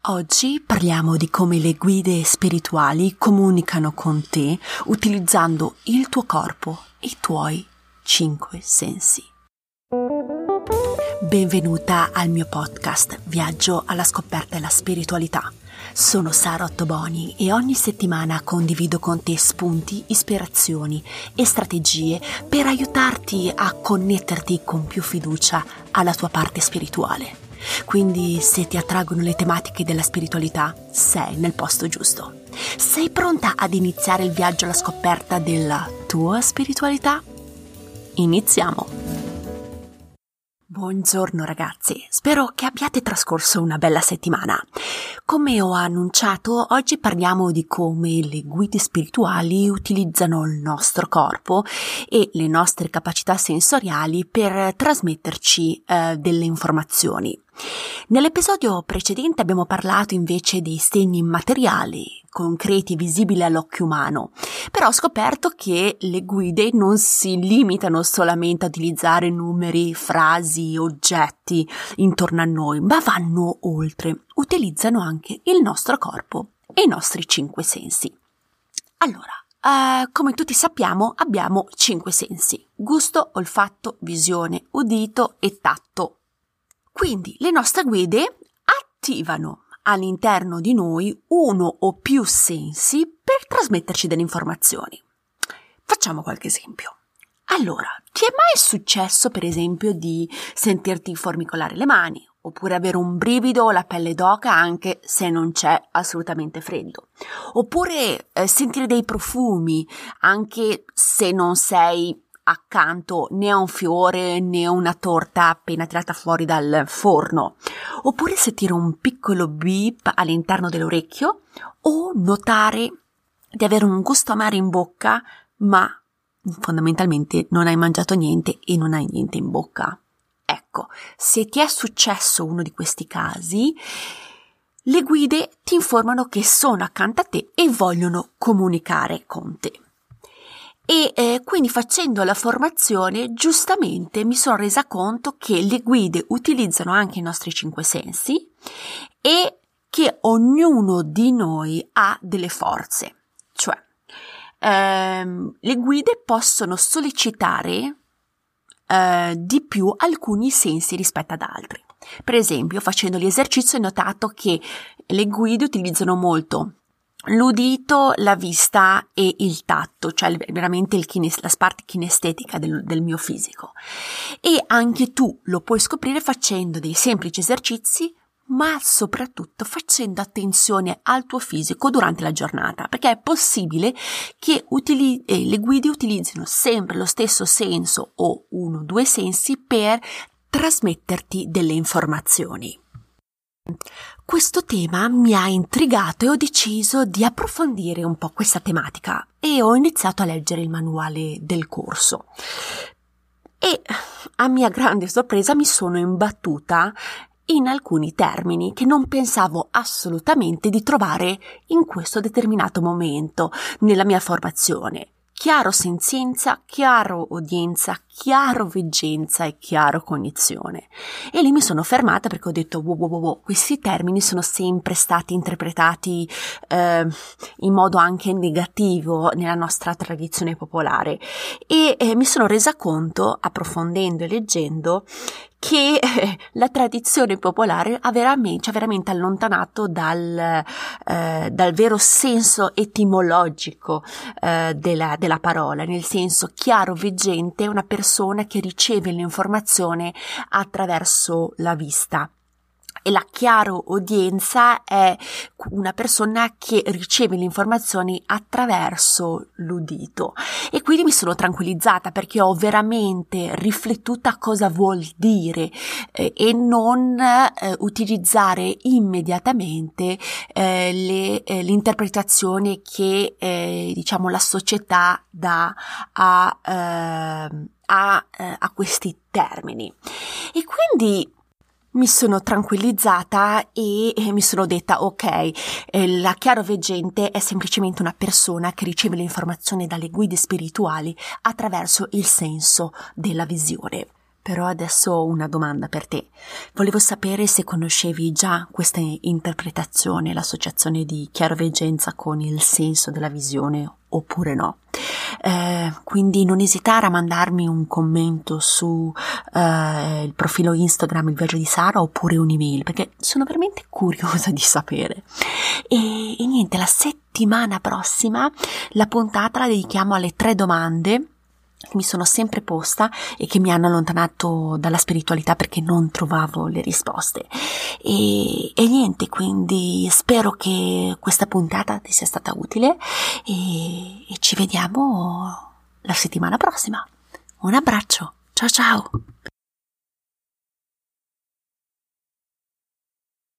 Oggi parliamo di come le guide spirituali comunicano con te utilizzando il tuo corpo e i tuoi 5 sensi. Benvenuta al mio podcast Viaggio alla scoperta della spiritualità. Sono Sara Ottoboni e ogni settimana condivido con te spunti, ispirazioni e strategie per aiutarti a connetterti con più fiducia alla tua parte spirituale. Quindi se ti attraggono le tematiche della spiritualità, sei nel posto giusto. Sei pronta ad iniziare il viaggio alla scoperta della tua spiritualità? Iniziamo! Buongiorno ragazzi, spero che abbiate trascorso una bella settimana. Come ho annunciato, oggi parliamo di come le guide spirituali utilizzano il nostro corpo e le nostre capacità sensoriali per trasmetterci delle informazioni. Nell'episodio precedente abbiamo parlato invece dei segni immateriali, concreti, visibili all'occhio umano, però ho scoperto che le guide non si limitano solamente a utilizzare numeri, frasi, oggetti intorno a noi, ma vanno oltre, utilizzano anche il nostro corpo e i nostri 5 sensi. Allora, come tutti sappiamo, abbiamo 5 sensi: gusto, olfatto, visione, udito e tatto. Quindi le nostre guide attivano all'interno di noi uno o più sensi per trasmetterci delle informazioni. Facciamo qualche esempio. Allora, ti è mai successo per esempio di sentirti formicolare le mani, oppure avere un brivido o la pelle d'oca anche se non c'è assolutamente freddo, oppure sentire dei profumi anche se non sei accanto né a un fiore né a una torta appena tirata fuori dal forno, oppure sentire un piccolo beep all'interno dell'orecchio o notare di avere un gusto amaro in bocca ma fondamentalmente non hai mangiato niente e non hai niente in bocca. Ecco, se ti è successo uno di questi casi, le guide ti informano che sono accanto a te e vogliono comunicare con te. E quindi facendo la formazione giustamente mi sono resa conto che le guide utilizzano anche i nostri 5 sensi e che ognuno di noi ha delle forze, cioè le guide possono sollecitare di più alcuni sensi rispetto ad altri. Per esempio, facendo gli esercizi ho notato che le guide utilizzano molto l'udito, la vista e il tatto, cioè veramente la parte kinestetica del mio fisico. E anche tu lo puoi scoprire facendo dei semplici esercizi, ma soprattutto facendo attenzione al tuo fisico durante la giornata, perché è possibile che le guide utilizzino sempre lo stesso senso o 1 o 2 sensi per trasmetterti delle informazioni. Questo tema mi ha intrigato e ho deciso di approfondire un po' questa tematica e ho iniziato a leggere il manuale del corso. E a mia grande sorpresa mi sono imbattuta in alcuni termini che non pensavo assolutamente di trovare in questo determinato momento nella mia formazione. Chiaro senzienza, chiaro udienza, chiaro veggenza e chiaro cognizione. E lì mi sono fermata perché ho detto wow, questi termini sono sempre stati interpretati in modo anche negativo nella nostra tradizione popolare e mi sono resa conto, approfondendo e leggendo, che la tradizione popolare ha veramente allontanato dal vero senso etimologico della parola, nel senso chiaro veggente è una persona che riceve l'informazione attraverso la vista. E la chiaro udienza è una persona che riceve le informazioni attraverso l'udito. E quindi mi sono tranquillizzata perché ho veramente riflettuto a cosa vuol dire e non utilizzare immediatamente l'interpretazione che la società dà a questi termini. E quindi mi sono tranquillizzata e mi sono detta ok, la chiaroveggente è semplicemente una persona che riceve le informazioni dalle guide spirituali attraverso il senso della visione. Però adesso ho una domanda per te. Volevo sapere se conoscevi già questa interpretazione, l'associazione di chiaroveggenza con il senso della visione oppure no. Quindi non esitare a mandarmi un commento su il profilo Instagram Il Viaggio di Sara oppure un'email, perché sono veramente curiosa di sapere. E niente, la settimana prossima la puntata la dedichiamo alle 3 domande che mi sono sempre posta e che mi hanno allontanato dalla spiritualità perché non trovavo le risposte. E niente, quindi spero che questa puntata ti sia stata utile e ci vediamo la settimana prossima. Un abbraccio, ciao ciao!